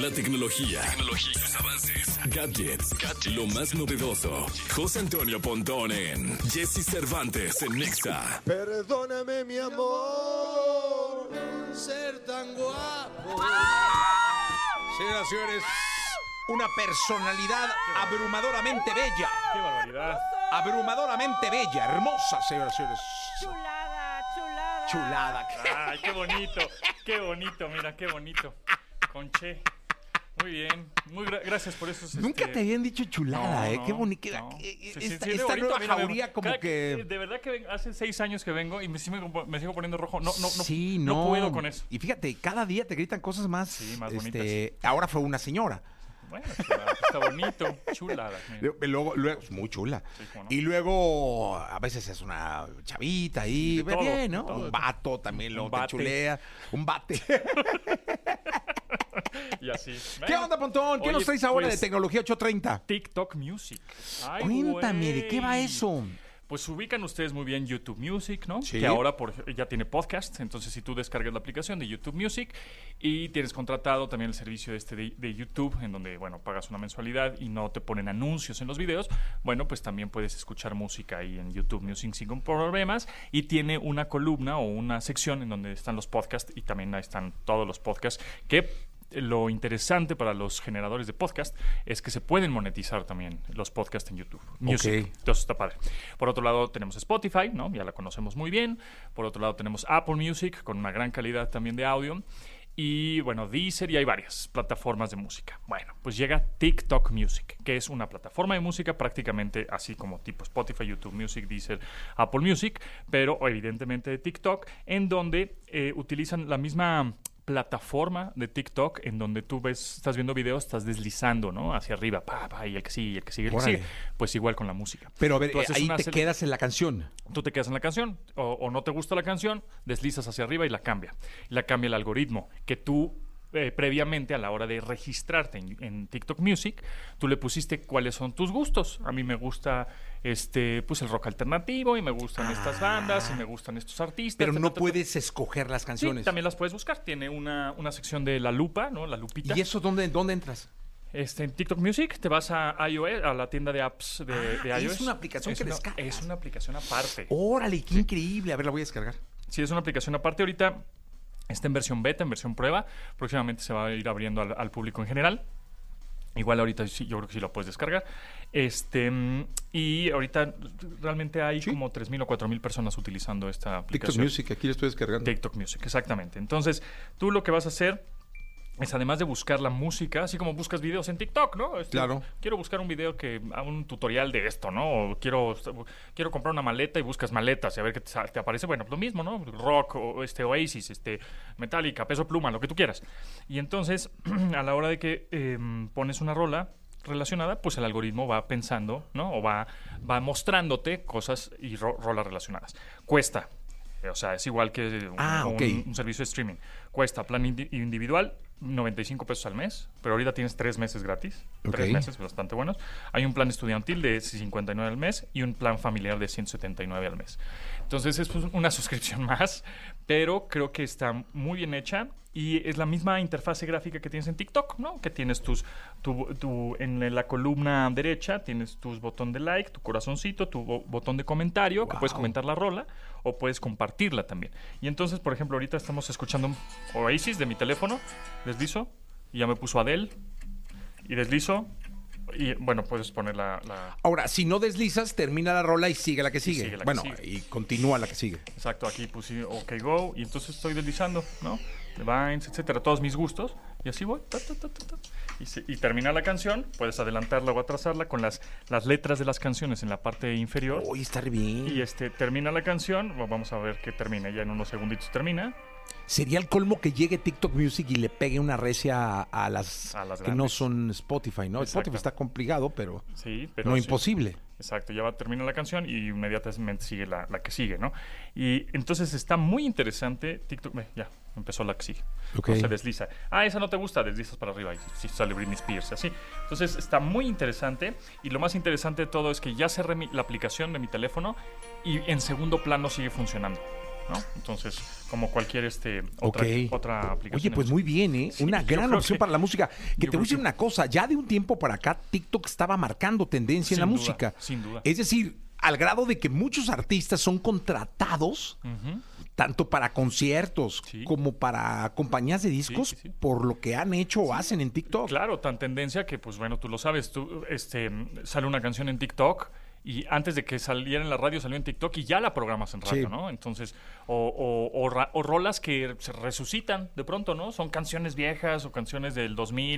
La tecnología, sus avances, gadgets, lo más novedoso. José Antonio Pontón en Jesse Cervantes en Nexa. Perdóname, mi amor, ser tan guapo. Señoras y señores, una personalidad abrumadoramente bella. ¡Qué barbaridad! Abrumadoramente bella, hermosa, señoras y señores. Chulada. ¡Ay, qué bonito! Mira, qué bonito. Conche. Muy bien. Gracias por eso. Nunca te habían dicho chulada, No, Qué bonita. no. Esta bonito, nueva mira, jauría como que... De verdad que hace 6 años que vengo y me sigo poniendo rojo. Sí, no puedo con eso. Y fíjate, cada día te gritan cosas más... Sí, más bonitas. Ahora fue una señora. Bueno, está bonito. Chulada. Luego, es muy chula. Sí, ¿cómo no? Y luego, a veces es una chavita ahí, De todo, bien, ¿no? de todo. Un vato también lo Un te bate. chulea. Un bate. Y así. ¿Qué onda, Pontón? ¿Qué Oye, nos traes ahora pues, de Tecnología 830? TikTok Music. Ay, Cuéntame, güey. ¿de qué va eso? Pues ubican ustedes muy bien YouTube Music, ¿no? Sí. Que ahora ya tiene podcast. Entonces, si tú descargas la aplicación de YouTube Music y tienes contratado también el servicio de YouTube, en donde, bueno, pagas una mensualidad y no te ponen anuncios en los videos, bueno, pues también puedes escuchar música ahí en YouTube Music sin problemas. Y tiene una columna o una sección en donde están los podcasts y también ahí están todos los podcasts que... Lo interesante para los generadores de podcast es que se pueden monetizar también los podcasts en YouTube Music. Ok. Entonces está padre. Por otro lado tenemos Spotify, ¿no? Ya la conocemos muy bien. Por otro lado tenemos Apple Music con una gran calidad también de audio. Y bueno, Deezer, y hay varias plataformas de música. Bueno, pues llega TikTok Music, que es una plataforma de música prácticamente así como tipo Spotify, YouTube Music, Deezer, Apple Music, pero evidentemente de TikTok, en donde utilizan la misma plataforma de TikTok en donde tú estás viendo videos, estás deslizando, ¿no? Hacia arriba, y el que sigue, y el que sigue, el que sigue. Pues igual con la música. Pero a ver, Tú haces ahí una te quedas en la canción. Tú te quedas en la canción o no te gusta la canción, deslizas hacia arriba y la cambia. La cambia el algoritmo que tú previamente a la hora de registrarte en TikTok Music, tú le pusiste cuáles son tus gustos. A mí me gusta pues el rock alternativo y me gustan estas bandas y me gustan estos artistas. Pero no puedes escoger las canciones. Sí, también las puedes buscar. Tiene una sección de la lupa, ¿no? La lupita. ¿Y eso dónde entras? En TikTok Music te vas a iOS, a la tienda de apps de iOS. Es una aplicación que descargas. Es una aplicación aparte. Órale, qué increíble. A ver, la voy a descargar. Sí, es una aplicación aparte. Ahorita está en versión beta, en versión prueba. Próximamente se va a ir abriendo al público en general. Igual ahorita sí, yo creo que sí lo puedes descargar. Y ahorita realmente hay como 3,000 o 4,000 personas utilizando esta aplicación. TikTok Music, aquí lo estoy descargando. TikTok Music, exactamente. Entonces, tú lo que vas a hacer es, además de buscar la música, así como buscas videos en TikTok, ¿no? Claro. Quiero buscar un video un tutorial de esto, ¿no? O quiero comprar una maleta y buscas maletas y a ver qué te aparece. Bueno, lo mismo, ¿no? Rock, o Oasis, Metallica, Peso Pluma, lo que tú quieras. Y entonces, a la hora de que pones una rola relacionada, pues el algoritmo va pensando, ¿no? O va mostrándote cosas y rolas relacionadas. Cuesta. O sea, es igual que un servicio de streaming. Cuesta plan individual, 95 pesos al mes, pero ahorita tienes 3 meses gratis. 3 meses, bastante buenos. Hay un plan estudiantil de 59 al mes y un plan familiar de 179 al mes. Entonces es una suscripción más, pero creo que está muy bien hecha y es la misma interfase gráfica que tienes en TikTok, ¿no? Que tienes en la columna derecha tienes tus botón de like, tu corazoncito, tu botón de comentario, que puedes comentar la rola o puedes compartirla también. Y entonces, por ejemplo, ahorita estamos escuchando un Oasis de mi teléfono, deslizo y ya me puso Adele y deslizo. Y bueno, puedes poner la... Ahora, si no deslizas, termina la rola y sigue la que sigue. sigue la que bueno, sigue. y continúa la que sigue. Exacto, aquí puse OK Go y entonces estoy deslizando, ¿no? The Vines, etcétera, todos mis gustos. Y así voy. Y termina la canción, puedes adelantarla o atrasarla con las letras de las canciones en la parte inferior. Uy, está re bien. Y termina la canción, vamos a ver que termina, ya en unos segunditos termina. Sería el colmo que llegue TikTok Music y le pegue una recia a las que grandes. no son Spotify, ¿no? Exacto. Spotify está complicado, pero no imposible. Exacto, termina la canción y inmediatamente sigue la que sigue, ¿no? Y entonces está muy interesante TikTok. Ya, empezó la que sigue. Okay. No se desliza. Esa no te gusta, deslizas para arriba y si sale Britney Spears, así. Entonces está muy interesante y lo más interesante de todo es que ya cerré la aplicación de mi teléfono y en segundo plano sigue funcionando. ¿no? Entonces, como cualquier Ok. otra aplicación. Oye, pues muy bien, ¿eh? Sí, Una yo gran creo opción que- para la música. Que yo te voy a creo decir que- una cosa, ya de un tiempo para acá TikTok estaba marcando tendencia en la Sin duda, música. sin duda. Es decir, al grado de que muchos artistas son contratados tanto para conciertos Sí. como para compañías de discos Sí, sí, sí. por lo que han hecho o hacen en TikTok. Claro, tan tendencia que, pues bueno, tú lo sabes, sale una canción en TikTok y antes de que saliera en la radio salió en TikTok y ya la programas en radio, Sí. ¿no? Entonces, o rolas que se resucitan de pronto, ¿no? Son canciones viejas o canciones del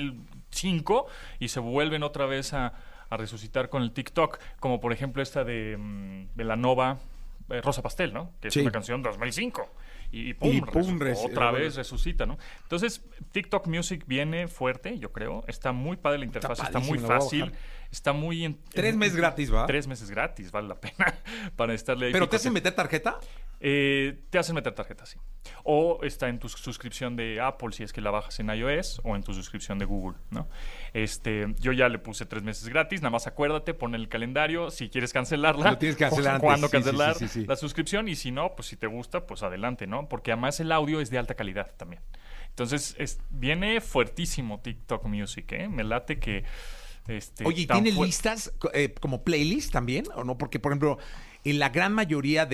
2005 y se vuelven otra vez a resucitar con el TikTok, como por ejemplo esta de Belanova, Rosa Pastel, ¿no? Que es Sí. una canción 2005. Y pum, Y pum, otra vez resucita, ¿no? Entonces, TikTok Music viene fuerte, yo creo. Está muy padre la interfaz, está muy padrísimo, la voy a fácil. bajar. Está muy... 3 meses gratis, ¿va? 3 meses gratis, vale la pena para estarle ahí. ¿Pero te picoteando. hacen meter tarjeta? Te hacen meter tarjeta, sí. O está en tu suscripción de Apple, si es que la bajas en iOS, o en tu suscripción de Google, ¿no? Yo ya le puse 3 meses gratis, nada más acuérdate, pon en el calendario, si quieres cancelarla, Lo tienes que cancelar antes, cuándo sí, sí, cancelar sí. la suscripción, y si no, pues si te gusta, pues adelante, ¿no? Porque además el audio es de alta calidad también. Entonces, viene fuertísimo TikTok Music, ¿eh? Me late que... Oye, ¿y tan tiene fuer- listas como playlist también? ¿O no? Porque, por ejemplo, en la gran mayoría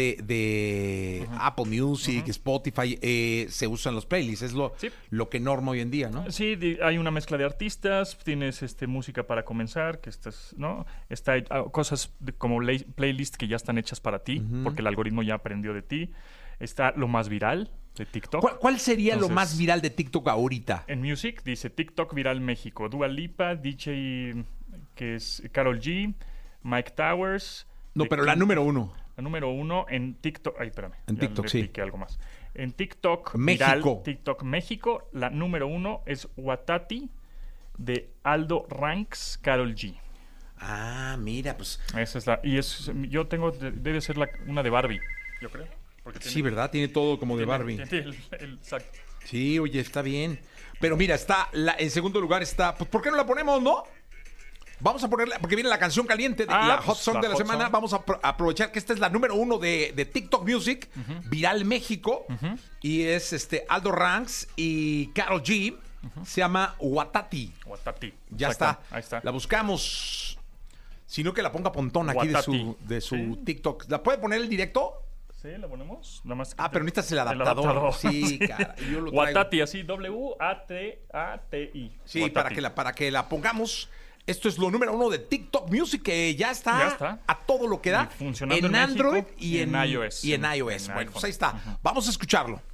de Apple Music, Spotify, se usan los playlists. Es Sí. lo que norma hoy en día, ¿no? Sí, hay una mezcla de artistas, tienes música para comenzar, que estás, ¿no? Está cosas como playlist que ya están hechas para ti, porque el algoritmo ya aprendió de ti. Está lo más viral de TikTok. ¿Cuál sería lo Entonces, más viral de TikTok ahorita? En Music dice TikTok viral México, Dua Lipa, DJ que es Karol G, Mike Towers. No, The pero la King- número 1. La número 1 en TikTok. Ay, espérame. En ya TikTok, le sí. piqué algo más. En TikTok México. viral, TikTok México, la número 1 es Watati de Aldo Ranks, Karol G. Ah, mira, pues Esa es la. Yo tengo, debe ser una de Barbie, yo creo. Porque sí, ¿verdad? Tiene todo como de Barbie. tiene exacto. Sí, oye, está bien. Pero mira, en segundo lugar está... Pues, ¿por qué no la ponemos, no? Vamos a ponerla, porque viene la canción caliente, la Hot pues, Song la de la Hot semana. Song. Vamos a aprovechar que esta es la número 1 de TikTok Music, Viral México. Y es Aldo Ranks y Karol G. Se llama Watati. Watati. Ya Exacto, está. Ahí está. La buscamos. Sino que la ponga Pontón aquí Watati. de su Sí. TikTok. ¿La puede poner el directo? Sí, la ponemos. Nada más Ah, pero necesitas el adaptador. Sí, cara, yo lo traigo. Watati, así, W-A-T-A-T-I. Sí, Watati. para que la pongamos. Esto es lo número 1 de TikTok Music, que ya está Ya. a todo lo que da. Y funcionando en en Android México y en iOS. Y en En iOS. Bueno, iPhone. pues ahí está. Vamos a escucharlo.